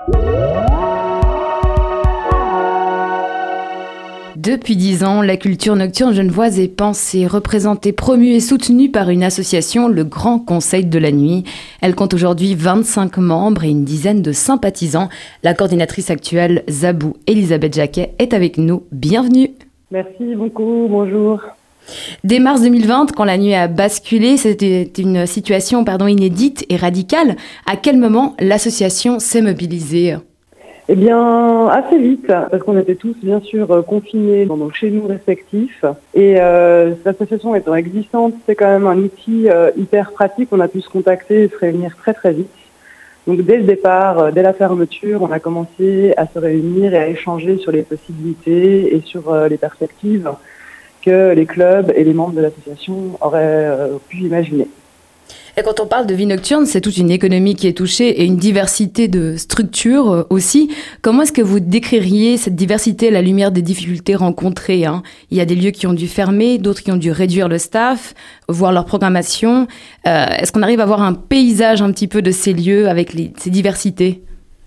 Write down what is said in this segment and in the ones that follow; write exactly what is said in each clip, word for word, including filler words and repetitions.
Depuis dix ans, la culture nocturne genevoise est pensée, représentée, promue et soutenue par une association, le Grand Conseil de la Nuit. Elle compte aujourd'hui vingt-cinq membres et une dizaine de sympathisants. La coordinatrice actuelle, Zabou Elisabeth Jacquet, est avec nous. Bienvenue. Merci beaucoup, bonjour. Dès mars deux mille vingt, quand la nuit a basculé, c'était une situation pardon, inédite et radicale. À quel moment l'association s'est mobilisée ? Eh bien, assez vite, parce qu'on était tous, bien sûr, confinés dans nos chez nous respectifs. Et euh, cette association étant existante, c'est quand même un outil euh, hyper pratique. On a pu se contacter et se réunir très, très vite. Donc, dès le départ, euh, dès la fermeture, on a commencé à se réunir et à échanger sur les possibilités et sur euh, les perspectives que les clubs et les membres de l'association auraient euh, pu imaginer. Et quand on parle de vie nocturne, c'est toute une économie qui est touchée et une diversité de structures aussi. Comment est-ce que vous décririez cette diversité à la lumière des difficultés rencontrées, hein ? Il y a des lieux qui ont dû fermer, d'autres qui ont dû réduire le staff, voir leur programmation. Euh, est-ce qu'on arrive à avoir un paysage un petit peu de ces lieux avec les, ces diversités ?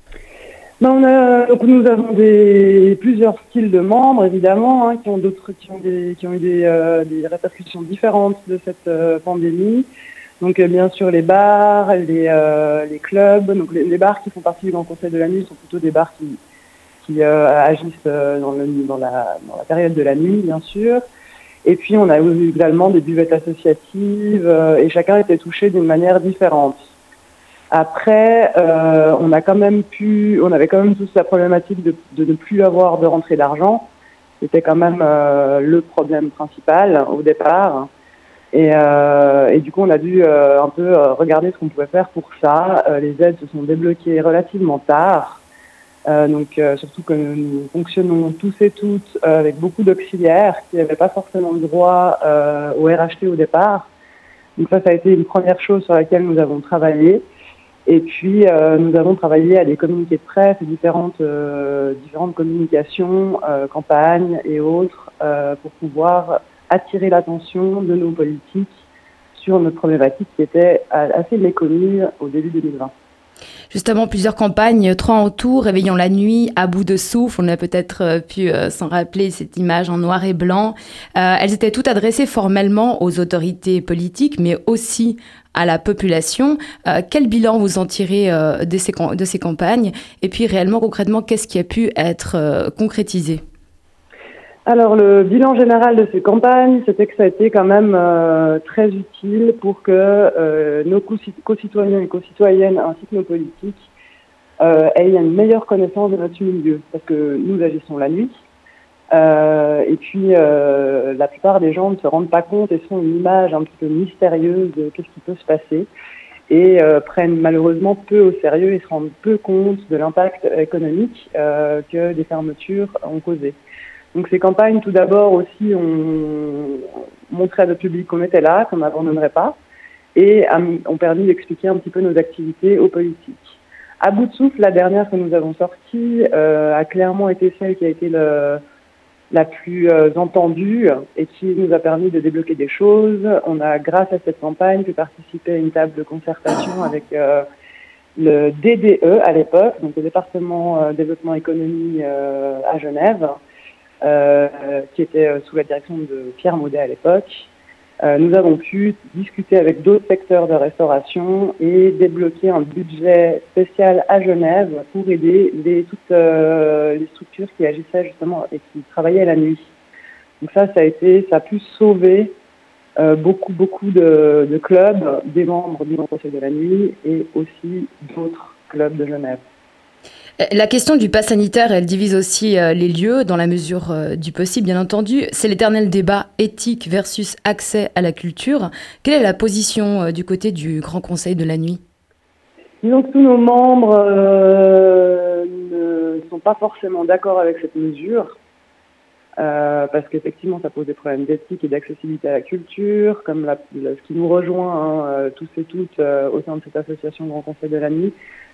Ben on a, donc nous avons des, plusieurs styles de membres, évidemment, hein, qui ont d'autres, qui ont des, qui ont eu des, euh, des répercussions différentes de cette euh, pandémie. Donc euh, bien sûr les bars, les, euh, les clubs. Donc les, les bars qui font partie du Grand Conseil de la Nuit sont plutôt des bars qui, qui euh, agissent euh, dans, le, dans, la, dans la période de la nuit, bien sûr. Et puis on a eu également des buvettes associatives euh, et chacun était touché d'une manière différente. Après, euh, on a quand même pu, on avait quand même tous la problématique de, de ne plus avoir de rentrée d'argent. C'était quand même euh, le problème principal au départ. Et, euh, et du coup, on a dû euh, un peu euh, regarder ce qu'on pouvait faire pour ça. Euh, les aides se sont débloquées relativement tard. Euh, donc, euh, surtout que nous fonctionnons tous et toutes euh, avec beaucoup d'auxiliaires qui n'avaient pas forcément le droit euh, au R H T au départ. Donc ça, ça a été une première chose sur laquelle nous avons travaillé. Et puis, euh, nous avons travaillé à des communiqués de presse et différentes, euh, différentes communications, euh, campagnes et autres, euh, pour pouvoir attirer l'attention de nos politiques sur notre problématique qui était assez méconnue au début deux mille vingt. Justement, plusieurs campagnes, trois en tout, Réveillons la nuit, À bout de souffle, on a peut-être pu euh, s'en rappeler cette image en noir et blanc. Euh, elles étaient toutes adressées formellement aux autorités politiques, mais aussi à la population. Euh, quel bilan vous en tirez euh, de, ces, de ces campagnes ? Et puis réellement, concrètement, qu'est-ce qui a pu être euh, concrétisé ? Alors, le bilan général de ces campagnes, c'était que ça a été quand même euh, très utile pour que euh, nos concitoyens et concitoyennes, ainsi que nos politiques, euh, aient une meilleure connaissance de notre milieu. Parce que nous agissons la nuit, euh, et puis euh, la plupart des gens ne se rendent pas compte et sont une image un petit peu mystérieuse de qu'est-ce qui peut se passer, et euh, prennent malheureusement peu au sérieux et se rendent peu compte de l'impact économique euh, que des fermetures ont causé. Donc ces campagnes, tout d'abord aussi, ont montré à notre public qu'on était là, qu'on n'abandonnerait pas, et ont permis d'expliquer un petit peu nos activités aux politiques. À bout de souffle, la dernière que nous avons sortie euh, a clairement été celle qui a été le, la plus euh, entendue et qui nous a permis de débloquer des choses. On a, grâce à cette campagne, pu participer à une table de concertation avec euh, le D D E à l'époque, donc le département euh, développement économie euh, à Genève, Euh, qui était euh, sous la direction de Pierre Maudet à l'époque. Euh, nous avons pu discuter avec d'autres secteurs de restauration et débloquer un budget spécial à Genève pour aider les, toutes euh, les structures qui agissaient justement et qui travaillaient la nuit. Donc ça, ça a été, ça a pu sauver euh, beaucoup, beaucoup de, de clubs, des membres du Grand Conseil de la Nuit et aussi d'autres clubs de Genève. La question du pass sanitaire, elle divise aussi euh, les lieux dans la mesure euh, du possible, bien entendu. C'est l'éternel débat éthique versus accès à la culture. Quelle est la position euh, du côté du Grand Conseil de la Nuit ? Disons que tous nos membres euh, ne sont pas forcément d'accord avec cette mesure, euh, parce qu'effectivement, ça pose des problèmes d'éthique et d'accessibilité à la culture, comme la, la, ce qui nous rejoint hein, euh, tous et toutes euh, au sein de cette association Grand Conseil de la Nuit.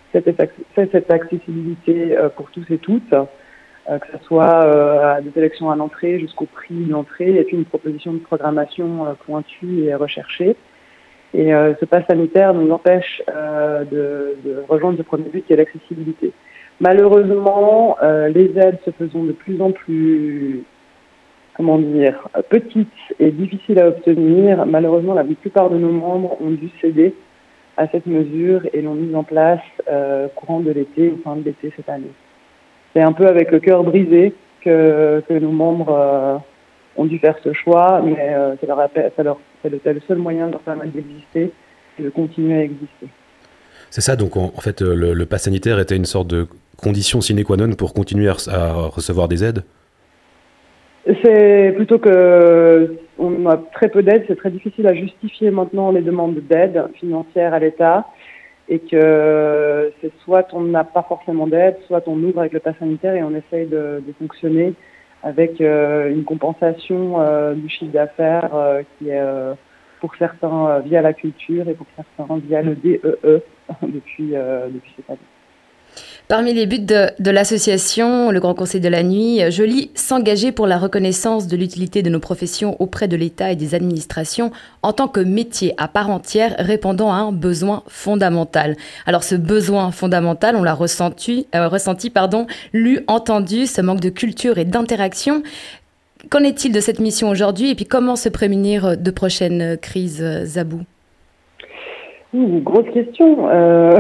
C'est cette accessibilité pour tous et toutes, que ce soit à des élections à l'entrée jusqu'au prix de l'entrée, et puis une proposition de programmation pointue et recherchée. Et ce pass sanitaire nous empêche de, de rejoindre ce premier but qui est l'accessibilité. Malheureusement, euh, les aides se faisant de plus en plus, comment dire, petites et difficiles à obtenir, malheureusement, la plupart de nos membres ont dû céder à cette mesure et l'ont mise en place euh, courant de l'été ou fin de l'été cette année. C'est un peu avec le cœur brisé que, que nos membres euh, ont dû faire ce choix, mais euh, ça leur a, ça leur, c'est le, c'est le seul moyen de leur permettre d'exister et de continuer à exister. C'est ça, donc en, en fait, le, le pass sanitaire était une sorte de condition sine qua non pour continuer à, à recevoir des aides? C'est plutôt que on a très peu d'aides, c'est très difficile à justifier maintenant les demandes d'aide financière à l'État et que c'est soit on n'a pas forcément d'aide, soit on ouvre avec le pass sanitaire et on essaye de, de fonctionner avec euh, une compensation euh, du chiffre d'affaires euh, qui est euh, pour certains euh, via la culture et pour certains via le D E E depuis, euh, depuis cette année. Parmi les buts de, de l'association, le Grand Conseil de la Nuit, je lis « S'engager pour la reconnaissance de l'utilité de nos professions auprès de l'État et des administrations en tant que métier à part entière répondant à un besoin fondamental ». Alors ce besoin fondamental, on l'a ressenti, euh, ressenti pardon, lu, entendu, ce manque de culture et d'interaction. Qu'en est-il de cette mission aujourd'hui et puis comment se prémunir de prochaines crises, Zabou? Ouh, grosse question. Euh...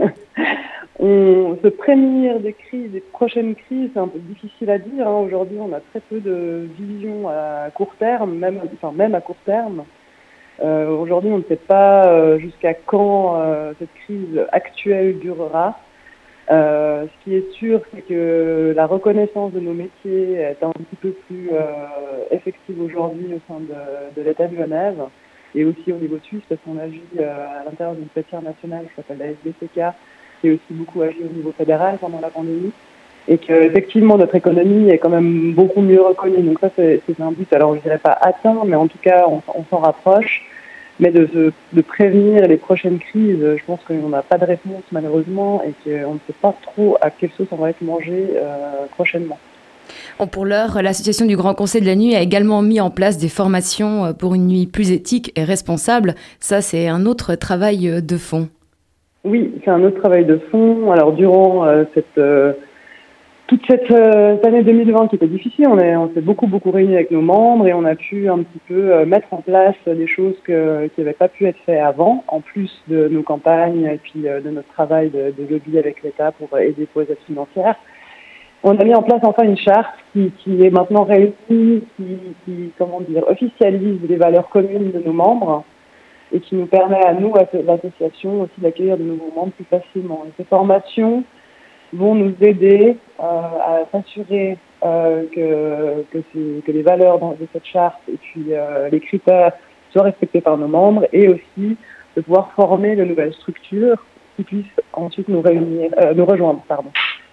On se prémunir des crises, des prochaines crises, c'est un peu difficile à dire. Hein. Aujourd'hui, on a très peu de vision à court terme, même, enfin même à court terme. Euh, aujourd'hui, on ne sait pas euh, jusqu'à quand euh, cette crise actuelle durera. Euh, ce qui est sûr, c'est que la reconnaissance de nos métiers est un petit peu plus euh, effective aujourd'hui au sein de, de l'État de Genève et aussi au niveau suisse, parce qu'on agit euh, à l'intérieur d'une fêtière nationale qui s'appelle la S B C K, qui est aussi beaucoup agi au niveau fédéral pendant la pandémie, et qu'effectivement notre économie est quand même beaucoup mieux reconnue. Donc ça, c'est, c'est un but, alors je ne dirais pas atteint, mais en tout cas, on, on s'en rapproche. Mais de, de prévenir les prochaines crises, je pense qu'on n'a pas de réponse malheureusement, et qu'on ne sait pas trop à quelle sauce on va être mangé euh, prochainement. Bon, pour l'heure, l'association du Grand Conseil de la Nuit a également mis en place des formations pour une nuit plus éthique et responsable. Ça, c'est un autre travail de fond. Oui, c'est un autre travail de fond. Alors durant euh, cette euh, toute cette, euh, cette année deux mille vingt qui était difficile, on, est, on s'est beaucoup beaucoup réunis avec nos membres et on a pu un petit peu euh, mettre en place des choses que, qui n'avaient pas pu être faites avant, en plus de nos campagnes et puis euh, de notre travail de, de lobby avec l'État pour aider pour les aides financières. On a mis en place enfin une charte qui, qui est maintenant réunie, qui, qui comment dire officialise les valeurs communes de nos membres, et qui nous permet à nous, à l'association, aussi d'accueillir de nouveaux membres plus facilement. Et ces formations vont nous aider euh, à s'assurer euh, que, que, c'est, que les valeurs de cette charte et puis euh, les critères soient respectés par nos membres, et aussi de pouvoir former de nouvelles structures qui puissent ensuite nous réunir, euh, nous rejoindre, pardon.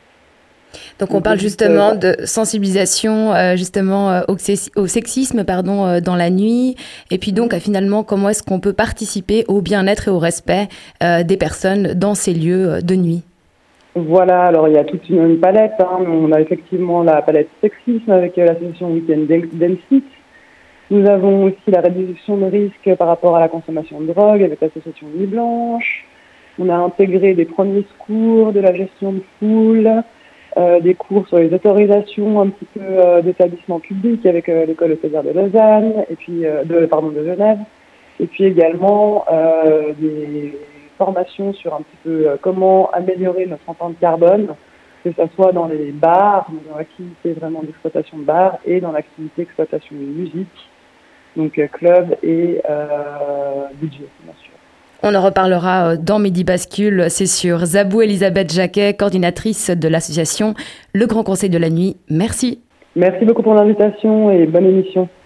Donc on parle justement de sensibilisation euh, justement euh, au, au sexisme pardon euh, dans la nuit, et puis donc euh, finalement comment est-ce qu'on peut participer au bien-être et au respect euh, des personnes dans ces lieux de nuit. Voilà, alors il y a toute une, une palette, hein. On a effectivement la palette sexisme avec euh, l'association Weekend Dance. Nous avons aussi la réduction de risque par rapport à la consommation de drogue avec l'association Nuit Blanche. On a intégré des premiers secours, de la gestion de foule, Euh, des cours sur les autorisations un petit peu euh, d'établissements publics avec euh, l'école hôtelière de Lausanne et puis euh, de pardon de Genève, et puis également euh, des formations sur un petit peu euh, comment améliorer notre empreinte carbone, que ce soit dans les bars, dans l'activité vraiment d'exploitation de bars, et dans l'activité d'exploitation de musique, donc euh, club et euh, D J bien sûr. On en reparlera dans Midi Bascule, c'est sûr. Zabou Elisabeth Jacquet, coordinatrice de l'association Le Grand Conseil de la Nuit. Merci. Merci beaucoup pour l'invitation et bonne émission.